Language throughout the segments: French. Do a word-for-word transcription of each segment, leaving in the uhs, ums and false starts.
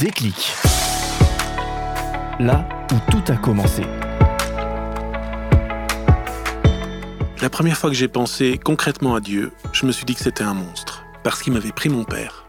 Déclic. Là où tout a commencé. La première fois que j'ai pensé concrètement à Dieu, je me suis dit que c'était un monstre, parce qu'il m'avait pris mon père.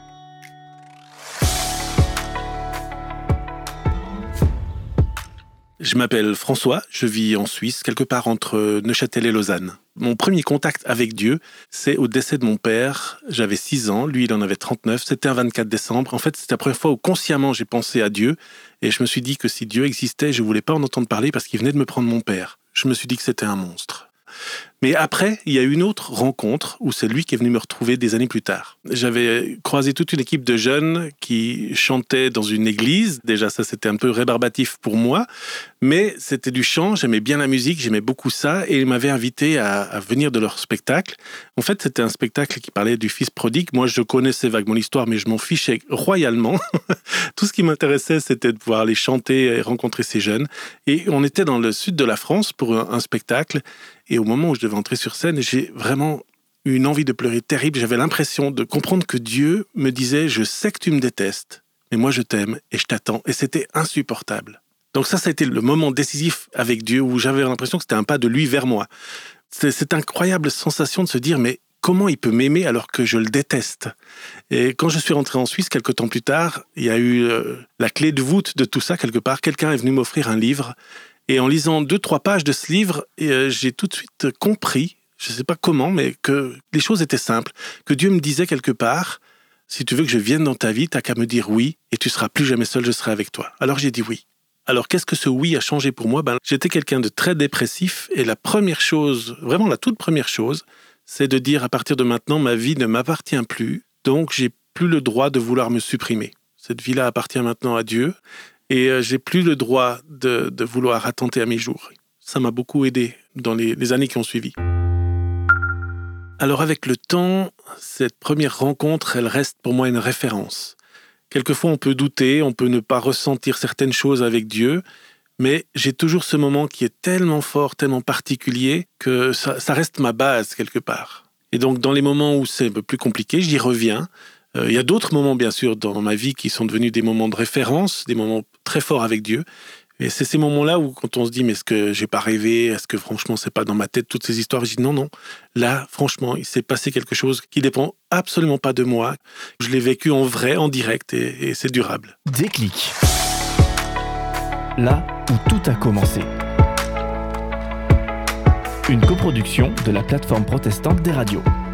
Je m'appelle François, je vis en Suisse, quelque part entre Neuchâtel et Lausanne. Mon premier contact avec Dieu, c'est au décès de mon père. J'avais six ans, lui il en avait trente-neuf, c'était un vingt-quatre décembre. En fait, c'était la première fois où consciemment j'ai pensé à Dieu et je me suis dit que si Dieu existait, je ne voulais pas en entendre parler parce qu'il venait de me prendre mon père. Je me suis dit que c'était un monstre. Mais après, il y a eu une autre rencontre où c'est lui qui est venu me retrouver des années plus tard. J'avais croisé toute une équipe de jeunes qui chantaient dans une église. Déjà, ça, c'était un peu rébarbatif pour moi. Mais c'était du chant, j'aimais bien la musique, j'aimais beaucoup ça. Et ils m'avaient invité à, à venir de leur spectacle. En fait, c'était un spectacle qui parlait du fils prodigue. Moi, je connaissais vaguement l'histoire, mais je m'en fichais royalement. Tout ce qui m'intéressait, c'était de pouvoir aller chanter et rencontrer ces jeunes. Et on était dans le sud de la France pour un, un spectacle. Et au moment où je devais entrer sur scène, j'ai vraiment eu une envie de pleurer terrible. J'avais l'impression de comprendre que Dieu me disait « Je sais que tu me détestes, mais moi je t'aime et je t'attends. » Et c'était insupportable. Donc ça, ça a été le moment décisif avec Dieu où j'avais l'impression que c'était un pas de lui vers moi. C'est cette incroyable sensation de se dire « Mais comment il peut m'aimer alors que je le déteste ?» Et quand je suis rentré en Suisse, quelques temps plus tard, il y a eu euh, la clé de voûte de tout ça quelque part. Quelqu'un est venu m'offrir un livre. Et en lisant deux, trois pages de ce livre, euh, j'ai tout de suite compris, je ne sais pas comment, mais que les choses étaient simples. Que Dieu me disait quelque part, si tu veux que je vienne dans ta vie, t'as qu'à me dire oui, et tu seras plus jamais seul, je serai avec toi. Alors j'ai dit oui. Alors qu'est-ce que ce oui a changé pour moi ? Ben, j'étais quelqu'un de très dépressif, et la première chose, vraiment la toute première chose, c'est de dire à partir de maintenant, ma vie ne m'appartient plus, donc j'ai plus le droit de vouloir me supprimer. Cette vie-là appartient maintenant à Dieu. Et euh, j'ai plus le droit de, de vouloir attenter à mes jours. Ça m'a beaucoup aidé dans les, les années qui ont suivi. Alors avec le temps, cette première rencontre, elle reste pour moi une référence. Quelquefois on peut douter, on peut ne pas ressentir certaines choses avec Dieu, mais j'ai toujours ce moment qui est tellement fort, tellement particulier, que ça, ça reste ma base quelque part. Et donc dans les moments où c'est un peu plus compliqué, j'y reviens. Il y a d'autres moments, bien sûr, dans ma vie qui sont devenus des moments de référence, des moments très forts avec Dieu. Et c'est ces moments-là où, quand on se dit, mais est-ce que j'ai pas rêvé ? Est-ce que franchement, c'est pas dans ma tête toutes ces histoires ? Je dis non, non. Là, franchement, il s'est passé quelque chose qui dépend absolument pas de moi. Je l'ai vécu en vrai, en direct, et, et c'est durable. Déclic. Là où tout a commencé. Une coproduction de la plateforme protestante des radios.